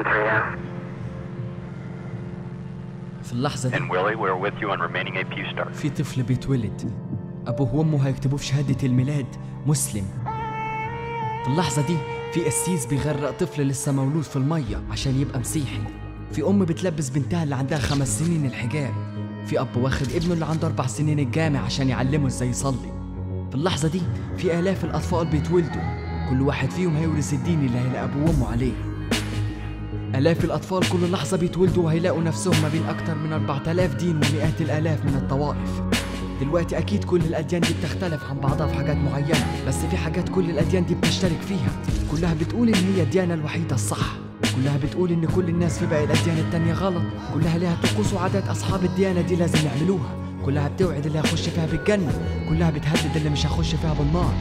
في اللحظة دي في طفل بيتولد، أبوه وأمه هيكتبوه في شهادة الميلاد مسلم. في اللحظة دي في قسيس بيغرق طفل لسه مولود في المية عشان يبقى مسيحي. في أم بتلبس بنتها اللي عندها 5 سنين الحجاب. في أب واخد ابنه اللي عنده 4 سنين الجامع عشان يعلمه ازاي يصلي. في اللحظة دي في آلاف الأطفال بيتولدوا، كل واحد فيهم هيورث الدين اللي هيلاقي أبوه وأمه عليه. آلاف الأطفال كل لحظة بيتولدوا وهيلاقوا نفسهم ما بين أكتر من 4000 دين ومئات الآلاف من الطوائف. دلوقتي أكيد كل الأديان دي بتختلف عن بعضها في حاجات معينة، بس في حاجات كل الأديان دي بتشترك فيها. كلها بتقول إن هي الديانة الوحيدة الصح، كلها بتقول إن كل الناس في باقي الأديان التانية غلط، كلها لها طقوس وعادات أصحاب الديانة دي لازم يعملوها، كلها بتوعد اللي هيخش فيها بالجنة، كلها بتهدد اللي مش هيخش فيها بالنار.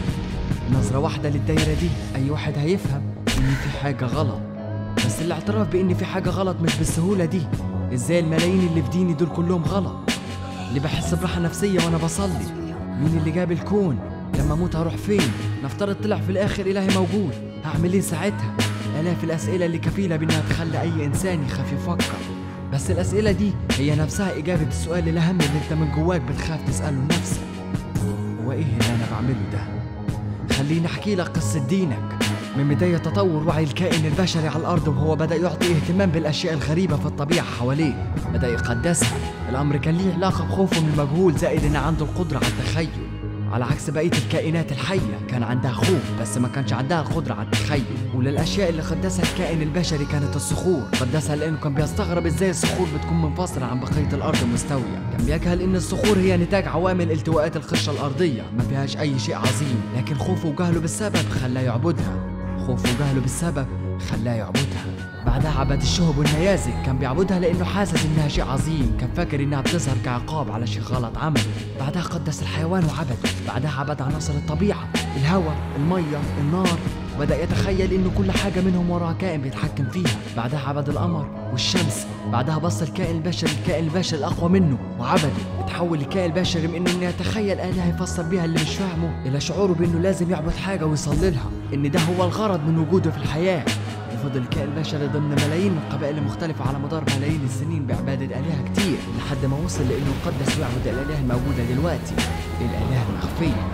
نظرة واحدة للدايرة دي أي واحد هيفهم إن في حاجة غلط، بس الاعتراف بإن في حاجة غلط مش بالسهولة دي. إزاي الملايين اللي في ديني دول كلهم غلط؟ اللي بحس براحة نفسية وأنا بصلي، مين اللي جاب الكون؟ لما أموت هروح فين؟ نفترض طلع في الآخر إلهي موجود، هعمل إيه ساعتها؟ آلاف الأسئلة اللي كفيلة بإنها تخلي أي إنسان يخاف يفكر. بس الأسئلة دي هي نفسها إجابة السؤال الأهم اللي أنت من جواك بتخاف تسأله لنفسك: هو إيه اللي أنا بعمله ده؟ خليني أحكي لك قصة دينك. من بداية تطور وعي الكائن البشري على الأرض وهو بدأ يعطي اهتمام بالأشياء الغريبة في الطبيعة حواليه، بدأ يقدسها. الأمر كان ليه علاقة بخوفه من المجهول، زائد إن عنده القدرة على التخيل. على عكس بقية الكائنات الحية كان عندها خوف بس ما كانش عندها القدرة على التخيل. وللأشياء اللي قدسها الكائن البشري كانت الصخور. قدسها لأنه كان بيستغرب إزاي الصخور بتكون منفصلة عن بقية الأرض مستوية. كان بيجهل إن الصخور هي نتاج عوامل التواءات القشرة الأرضية، ما فيهاش أي شيء عظيم، لكن خوفه وجهله بالسبب خلاه يعبدها. خوفه وجهله بالسبب خلاه يعبدها. بعدها عبد الشهب والنيازك، كان بيعبدها لأنه حاسس إنها شيء عظيم، كان فاكر إنها بتظهر كعقاب على شيء غلط عمله. بعدها قدس الحيوان وعبده. بعدها عبد عناصر الطبيعة، الهواء، المية، النار، وبدأ يتخيل إنه كل حاجة منهم وراها كائن بيتحكم فيها. بعدها عبد القمر والشمس. بعدها بص الكائن البشري الأقوى منه وعبده. اتحول الكائن البشري من إنه يتخيل آلهة يفسر بيها اللي مش فاهمه إلى شعوره بإنه لازم يعبد حاجة ويصلي لها، إن ده هو الغرض من وجوده في الحياة. وفضل الكائن البشري ضمن ملايين من القبائل المختلفة على مدار ملايين السنين بعبادة آلهة كتير، لحد ما وصل لأنه يقدس ويعبد الآلهة الموجودة دلوقتي، الآلهة المخفية.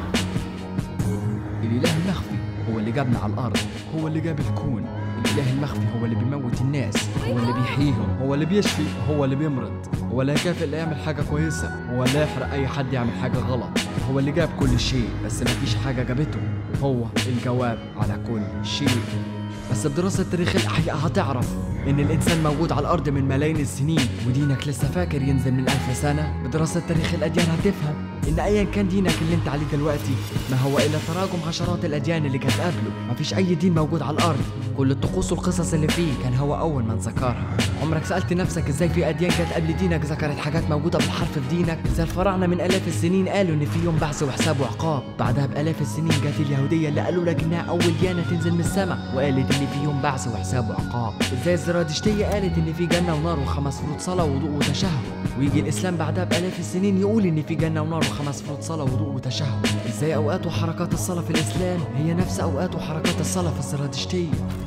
الإله المخفي هو اللي جابنا على الأرض، هو اللي جاب الكون. الإله المخفي هو اللي بيموت الناس، هو اللي بيحييهم، هو اللي بيشفي، هو اللي بيمرض، هو اللي يكافئ اللي يعمل حاجة كويسة، هو اللي يحرق أي حد يعمل حاجة غلط. هو اللي جاب كل شيء بس مفيش حاجة جابته، هو الجواب على كل شيء. بس بدراسة تاريخ الأحياء هتعرف إن الإنسان موجود على الأرض من ملايين السنين ودينك لسه فاكر ينزل من 1000 سنة. بدراسة تاريخ الأديان هتفهم إن أيا كان دينك اللي أنت عليه دلوقتي ما هو إلا تراكم عشرات الأديان اللي كانت قبله. مفيش أي دين موجود على الأرض، كل الطقوس والقصص اللي فيه كان هو أول من ذكرها. عمرك سألت نفسك إزاي في أديان كانت قبل دينك ذكرت حاجات موجودة بالحرف في دينك؟ زي الفراعنة من آلاف السنين قالوا إن في يوم بعث وحساب وعقاب. بعدها بآلاف السنين جت اليهودية اللي قالوا لك إنها أول ديانة تنزل من السماء وقالت إن في يوم بعث وحساب وعقاب. إزاي الزرادشتية قالت إن في جنة ونار و5 فروض صلاة ووضوء وتشهد. ويجي الإسلام بعدها بآلاف السنين يقول إن في جنة ونار و5 فروض صلاة ووضوء وتشهد. إزاي أوقات وحركات الصلاة في الإسلام هي نفس أوقات وحركات الصلاة في الزرادشتية.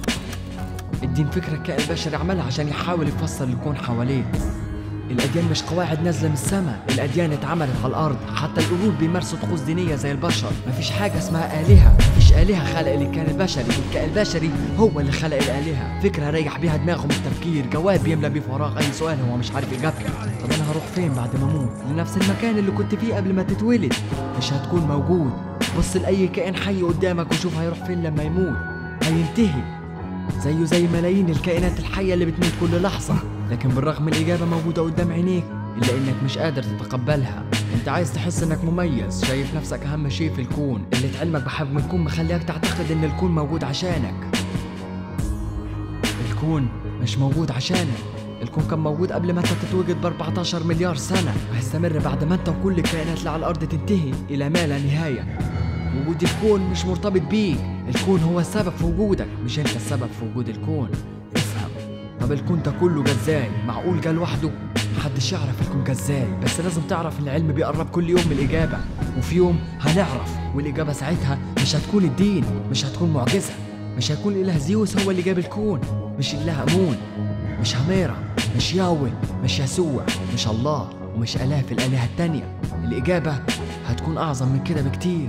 الدين فكرة الكائن البشري عملها عشان يحاول يفسر الكون حواليه. الأديان مش قواعد نازلة من السماء، الأديان اتعملت على الأرض. حتى القرود بيمارسوا طقوس دينية زي البشر. مفيش حاجة اسمها آلهة، مفيش آلهة خلق الكائن البشري، الكائن البشري هو اللي خلق الآلهة. فكرة ريح بيها دماغه من التفكير، جواب يملى بيه فراغ أي سؤال هو مش عارف إجابته. طب أنا هروح فين بعد ما أموت؟ لنفس المكان اللي كنت فيه قبل ما تتولد، مش هتكون موجود. بص لأي كائن حي قدامك وشوف هيروح فين لما يموت، هينتهي زيه زي ملايين الكائنات الحية اللي بتموت كل لحظة. لكن بالرغم الإجابة موجودة قدام عينيك إلا إنك مش قادر تتقبلها. أنت عايز تحس إنك مميز، شايف نفسك أهم شيء في الكون. قلة علمك بحجم الكون مخليك تعتقد إن الكون موجود عشانك. الكون مش موجود عشانك، الكون كان موجود قبل ما انت تتوجد ب 14 مليار سنة، وهيستمر بعد ما انت وكل الكائنات اللي على الأرض تنتهي إلى ما لا نهاية. وجود الكون مش مرتبط بيك، الكون هو السبب في وجودك، مش انت السبب في وجود الكون. افهم. طب الكون ده كله جه ازاي؟ معقول جه لوحده؟ محدش يعرف الكون جه ازاي، بس لازم تعرف ان العلم بيقرب كل يوم من الإجابة، وفي يوم هنعرف، والإجابة ساعتها مش هتكون الدين، مش هتكون معجزة، مش هيكون اله زيوس هو اللي جاب الكون، مش اله امون، مش هميرة، مش ياوي، مش يسوع، مش الله، ومش الاف الالهة التانية. الاجابة هتكون اعظم من كده بكتير.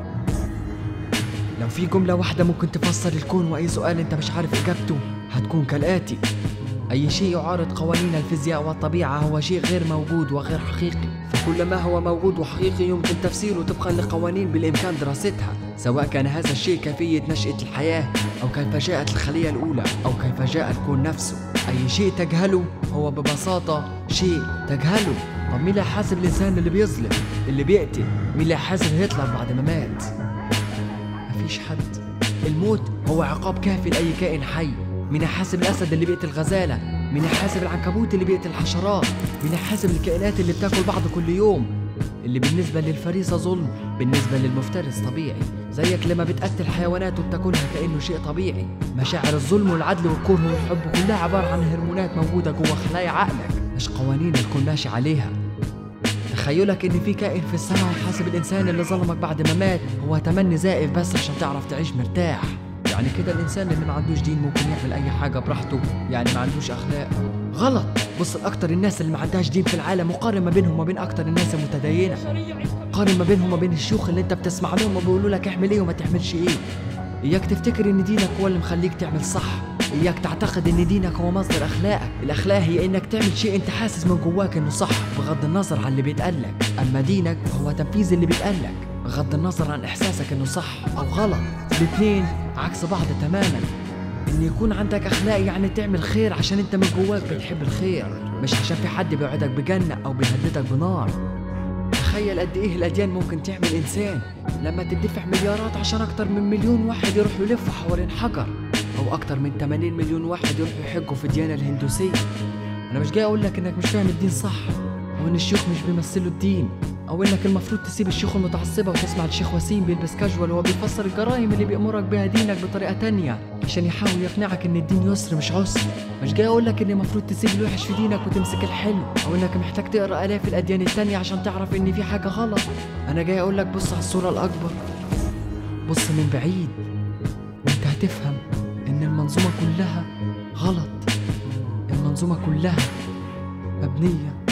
لو في جملة واحدة ممكن تفسر الكون واي سؤال انت مش عارف اجابته، هتكون كالاتي: أي شيء يعارض قوانين الفيزياء والطبيعة هو شيء غير موجود وغير حقيقي، فكل ما هو موجود وحقيقي يمكن تفسيره طبقا لقوانين بالإمكان دراستها، سواء كان هذا الشيء كيفية نشأة الحياة، أو كيف جاءت الخلية الأولى، أو كيف جاء الكون نفسه. أي شيء تجهله هو ببساطة شيء تجهله. طب مين اللي هيحاسب الإنسان اللي بيظلم، اللي بيقتل؟ مين اللي هيحاسب هتلر بعد ما مات؟ مفيش حد. الموت هو عقاب كافي لأي كائن حي. مين يحاسب الأسد اللي بيقتل الغزالة؟ مين يحاسب العنكبوت اللي بيقتل الحشرات؟ مين يحاسب الكائنات اللي بتاكل بعض كل يوم؟ اللي بالنسبة للفريسة ظلم، بالنسبة للمفترس طبيعي. زيك لما بتقتل حيوانات وبتاكلها كأنه شيء طبيعي. مشاعر الظلم والعدل والكره والحب كلها عبارة عن هرمونات موجودة جوا خلايا عقلك، مش قوانين الكون ماشي عليها. تخيلك ان في كائن في السماء يحاسب الانسان اللي ظلمك بعد ما مات هو تمني زائف بس عشان تعرف تعيش مرتاح. يعني كده الانسان اللي ما عندوش دين ممكن يعمل اي حاجه براحته، يعني ما عندوش اخلاق. غلط. بص لاكتر الناس اللي ما عندهاش دين في العالم وقارن ما بينهم وما بين اكتر الناس المتدينه. قارن ما بينهم وما بين الشيوخ اللي انت بتسمع لهم وبيقولوا لك اعمل ايه وما تعملش ايه. اياك تفتكر ان دينك هو اللي مخليك تعمل صح. اياك تعتقد ان دينك هو مصدر اخلاقك. الاخلاق هي انك تعمل شيء انت حاسس من جواك انه صح بغض النظر عن اللي بيتقالك. اما دينك هو تنفيذ اللي بيتقالك بغض النظر عن احساسك انه صح او غلط. الاثنين عكس بعض تماما. ان يكون عندك اخلاق يعني تعمل خير عشان انت من جواك بتحب الخير، مش عشان في حد بيوعدك بجنة او بيهددك بنار. تخيل قد ايه الاديان ممكن تعمل انسان لما تدفع مليارات عشان اكتر من 1,000,000 واحد يروحوا يلفوا حوالين حجر، او اكتر من 80 مليون واحد يروحوا يحجوا في الديانة الهندوسية. انا مش جاي اقول لك انك مش فاهم الدين صح، او ان الشيوخ مش بيمثلوا الدين، او انك المفروض تسيب الشيوخ المتعصبة وتسمع الشيخ وسيم بيلبس كاجوال وهو بيفسر الجرائم اللي بيأمرك بها دينك بطريقة تانية عشان يحاول يقنعك ان الدين يسر مش عسر. مش جاي اقول لك ان المفروض تسيب الوحش في دينك وتمسك الحلو، او انك محتاج تقرا الاف الاديان التانية عشان تعرف ان في حاجة غلط. انا جاي اقول لك بص على الصورة الاكبر، بص من بعيد وانت هتفهم ان المنظومة كلها غلط. المنظومة كلها مبنية